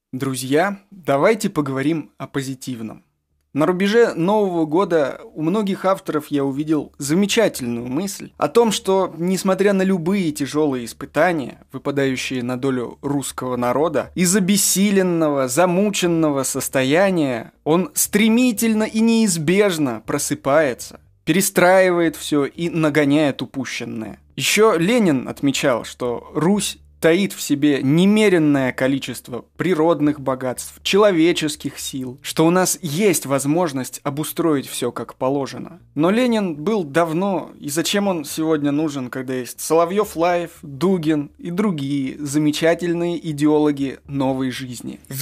Друзья, давайте поговорим о позитивном. На рубеже Нового года у многих авторов я увидел замечательную мысль о том, что, несмотря на любые тяжелые испытания, выпадающие на долю русского народа, из обессиленного, замученного состояния он стремительно и неизбежно просыпается, перестраивает все и нагоняет упущенное. Еще Ленин отмечал, что Русь таит в себе немеренное количество природных богатств, человеческих сил, что у нас есть возможность обустроить все как положено. Но Ленин был давно, и зачем он сегодня нужен, когда есть Соловьев-Лаев, Дугин и другие замечательные идеологи новой жизни? В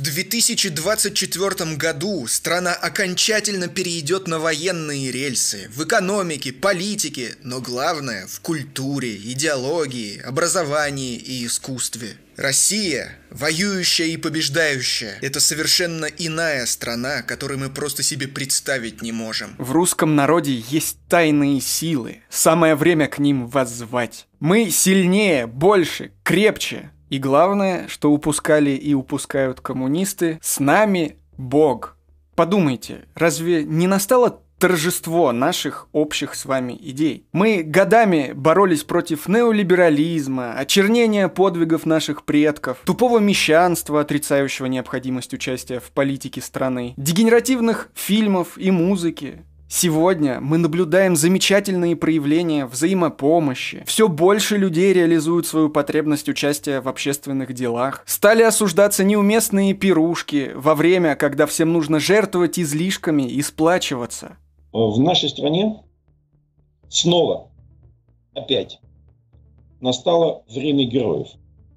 2024 году страна окончательно перейдет на военные рельсы, в экономике, политике, но главное в культуре, идеологии, образовании и искусстве. Россия, воюющая и побеждающая, это совершенно иная страна, которую мы просто себе представить не можем. В русском народе есть тайные силы, самое время к ним воззвать. Мы сильнее, больше, крепче. И главное, что упускали и упускают коммунисты, с нами Бог. Подумайте, разве не настало торжество наших общих с вами идей? Мы годами боролись против неолиберализма, очернения подвигов наших предков, тупого мещанства, отрицающего необходимость участия в политике страны, дегенеративных фильмов и музыки. Сегодня мы наблюдаем замечательные проявления взаимопомощи. Все больше людей реализуют свою потребность участия в общественных делах. Стали осуждаться неуместные пирушки во время, когда всем нужно жертвовать излишками и сплачиваться. В нашей стране снова, опять, настало время героев.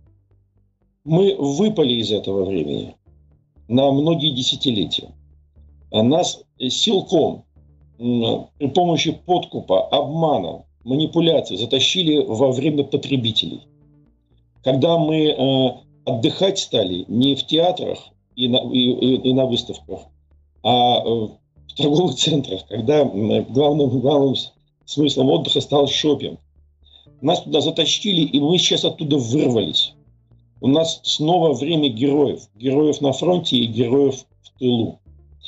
Мы выпали из этого времени на многие десятилетия. Нас силком, при помощи подкупа, обмана, манипуляций затащили во время потребителей. Когда мы отдыхать стали не в театрах и на выставках, а в торговых центрах, когда главным смыслом отдыха стал шопинг. Нас туда затащили, и мы сейчас оттуда вырвались. У нас снова время героев. Героев на фронте и героев в тылу.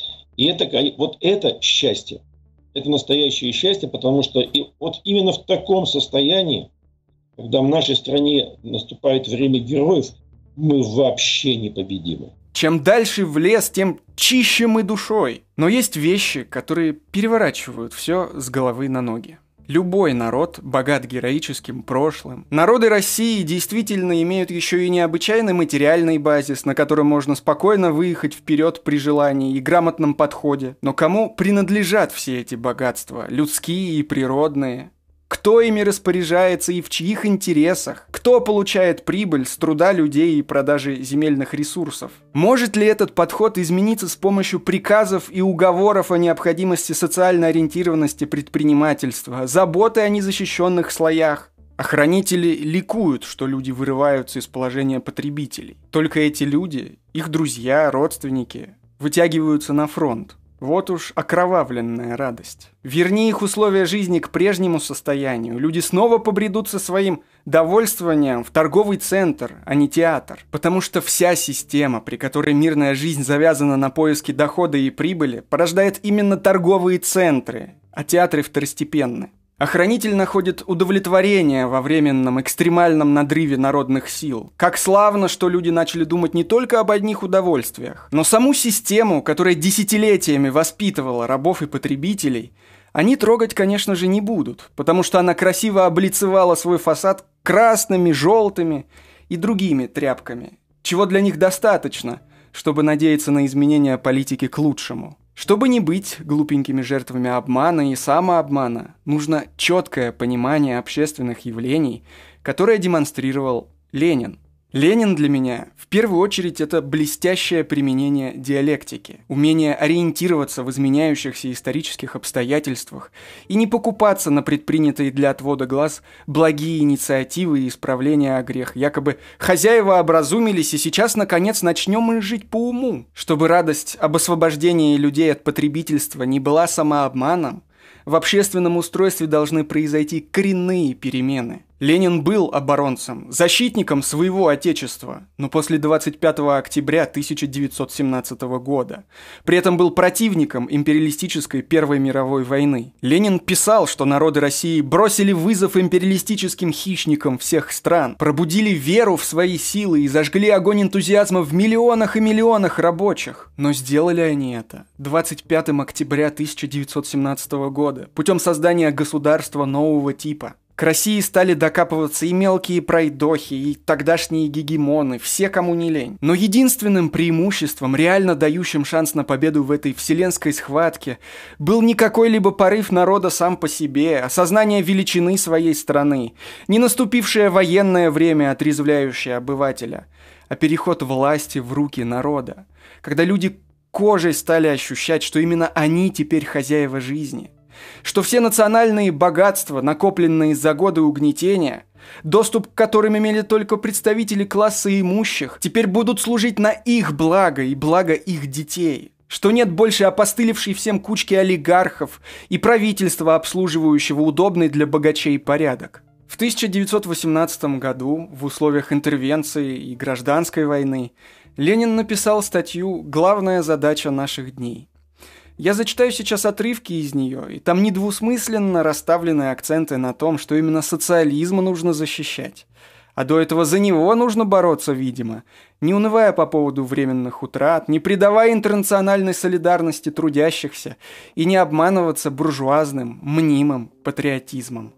И вот это счастье. Это настоящее счастье, потому что вот именно в таком состоянии, когда в нашей стране наступает время героев, мы вообще непобедимы. Чем дальше в лес, тем чище мы душой. Но есть вещи, которые переворачивают все с головы на ноги. Любой народ богат героическим прошлым. Народы России действительно имеют еще и необычайный материальный базис, на котором можно спокойно выехать вперед при желании и грамотном подходе. Но кому принадлежат все эти богатства, людские и природные? Кто ими распоряжается и в чьих интересах? Кто получает прибыль с труда людей и продажи земельных ресурсов? Может ли этот подход измениться с помощью приказов и уговоров о необходимости социальной ориентированности предпринимательства, заботы о незащищенных слоях? Охранители ликуют, что люди вырываются из положения потребителей. Только эти люди, их друзья, родственники, вытягиваются на фронт. Вот уж окровавленная радость. Верни их условия жизни к прежнему состоянию. Люди снова побредут со своим довольствованием в торговый центр, а не театр. Потому что вся система, при которой мирная жизнь завязана на поиске дохода и прибыли, порождает именно торговые центры, а театры второстепенны. Охранитель находит удовлетворение во временном экстремальном надрыве народных сил. Как славно, что люди начали думать не только об одних удовольствиях, но саму систему, которая десятилетиями воспитывала рабов и потребителей, они трогать, конечно же, не будут, потому что она красиво облицевала свой фасад красными, желтыми и другими тряпками, чего для них достаточно, чтобы надеяться на изменения политики к лучшему. Чтобы не быть глупенькими жертвами обмана и самообмана, нужно четкое понимание общественных явлений, которое демонстрировал Ленин. Ленин для меня в первую очередь это блестящее применение диалектики, умение ориентироваться в изменяющихся исторических обстоятельствах и не покупаться на предпринятые для отвода глаз благие инициативы и исправления о грех. Якобы хозяева образумились, и сейчас наконец начнем мы жить по уму. Чтобы радость об освобождении людей от потребительства не была самообманом, в общественном устройстве должны произойти коренные перемены. Ленин был оборонцем, защитником своего отечества, но после 25 октября 1917 года. При этом был противником империалистической Первой мировой войны. Ленин писал, что народы России бросили вызов империалистическим хищникам всех стран, пробудили веру в свои силы и зажгли огонь энтузиазма в миллионах и миллионах рабочих. Но сделали они это 25 октября 1917 года путем создания государства нового типа. К России стали докапываться и мелкие пройдохи, и тогдашние гегемоны, все, кому не лень. Но единственным преимуществом, реально дающим шанс на победу в этой вселенской схватке, был не какой-либо порыв народа сам по себе, осознание величины своей страны, не наступившее военное время, отрезвляющее обывателя, а переход власти в руки народа, когда люди кожей стали ощущать, что именно они теперь хозяева жизни. Что все национальные богатства, накопленные за годы угнетения, доступ к которым имели только представители класса имущих, теперь будут служить на их благо и благо их детей. Что нет больше опостылевшей всем кучки олигархов и правительства, обслуживающего удобный для богачей порядок. В 1918 году, в условиях интервенции и гражданской войны, Ленин написал статью «Главная задача наших дней». Я зачитаю сейчас отрывки из нее, и там недвусмысленно расставлены акценты на том, что именно социализм нужно защищать. А до этого за него нужно бороться, видимо, не унывая по поводу временных утрат, не предавая интернациональной солидарности трудящихся и не обманываться буржуазным, мнимым патриотизмом.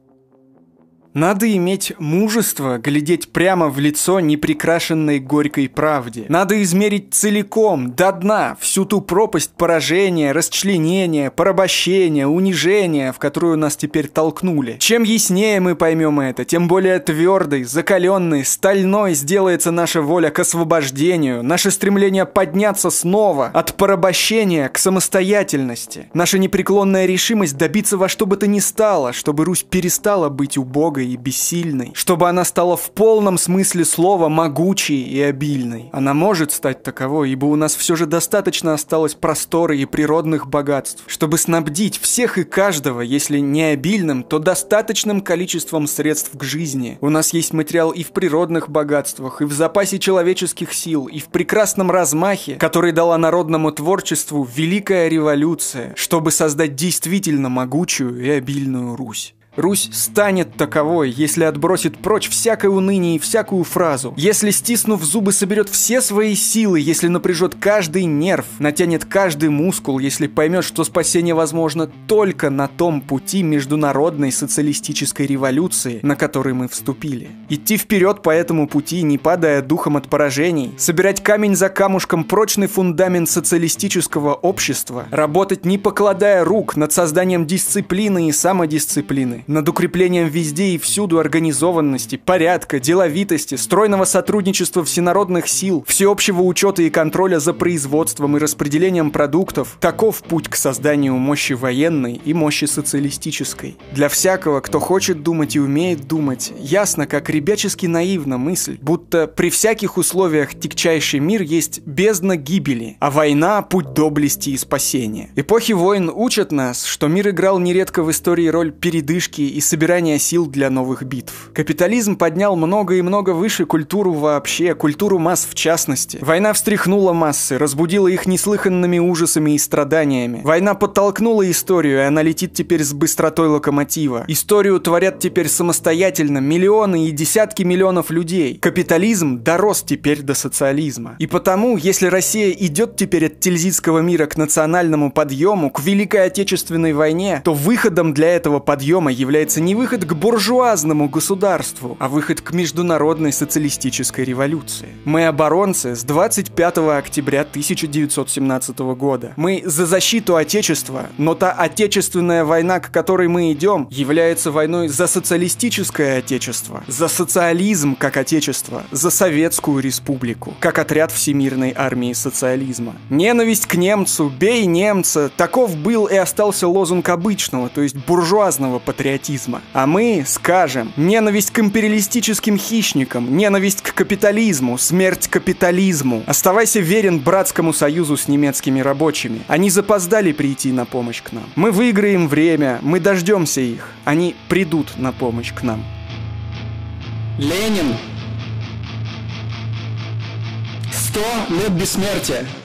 Надо иметь мужество глядеть прямо в лицо неприкрашенной горькой правде. Надо измерить целиком, до дна, всю ту пропасть поражения, расчленения, порабощения, унижения, в которую нас теперь толкнули. Чем яснее мы поймем это, тем более твердой, закаленной, стальной сделается наша воля к освобождению, наше стремление подняться снова от порабощения к самостоятельности, наша непреклонная решимость добиться во что бы то ни стало, чтобы Русь перестала быть убогой и бессильной, чтобы она стала в полном смысле слова могучей и обильной. Она может стать таковой, ибо у нас все же достаточно осталось простора и природных богатств, чтобы снабдить всех и каждого, если не обильным, то достаточным количеством средств к жизни. У нас есть материал и в природных богатствах, и в запасе человеческих сил, и в прекрасном размахе, который дала народному творчеству Великая революция, чтобы создать действительно могучую и обильную Русь. Русь станет таковой, если отбросит прочь всякое уныние и всякую фразу, если, стиснув зубы, соберет все свои силы, если напряжет каждый нерв, натянет каждый мускул, если поймет, что спасение возможно только на том пути международной социалистической революции, на который мы вступили. Идти вперед по этому пути, не падая духом от поражений, собирать камень за камушком прочный фундамент социалистического общества, работать не покладая рук над созданием дисциплины и самодисциплины, над укреплением везде и всюду организованности, порядка, деловитости, стройного сотрудничества всенародных сил, всеобщего учета и контроля за производством и распределением продуктов. Таков путь к созданию мощи военной и мощи социалистической. Для всякого, кто хочет думать и умеет думать, ясно, как ребячески наивна мысль, будто при всяких условиях тягчайший мир есть бездна гибели, а война – путь доблести и спасения. Эпохи войн учат нас, что мир играл нередко в истории роль передышки и собирания сил для новых битв. Капитализм поднял много и много выше культуру вообще, культуру масс в частности. Война встряхнула массы, разбудила их неслыханными ужасами и страданиями. Война подтолкнула историю, и она летит теперь с быстротой локомотива. Историю творят теперь самостоятельно миллионы и десятки миллионов людей. Капитализм дорос теперь до социализма. И потому, если Россия идет теперь от тильзитского мира к национальному подъему, к Великой Отечественной войне, то выходом для этого подъема является не выход к буржуазному государству, а выход к международной социалистической революции. Мы оборонцы с 25 октября 1917 года. Мы за защиту Отечества, но та отечественная война, к которой мы идем, является войной за социалистическое Отечество, за социализм как Отечество, за Советскую Республику, как отряд Всемирной армии социализма. Ненависть к немцу, бей немца, таков был и остался лозунг обычного, то есть буржуазного патриотизма. А мы скажем: ненависть к империалистическим хищникам, ненависть к капитализму, смерть капитализму. Оставайся верен братскому союзу с немецкими рабочими. Они запоздали прийти на помощь к нам. Мы выиграем время, мы дождемся их. Они придут на помощь к нам. Ленин. 100 лет бессмертия.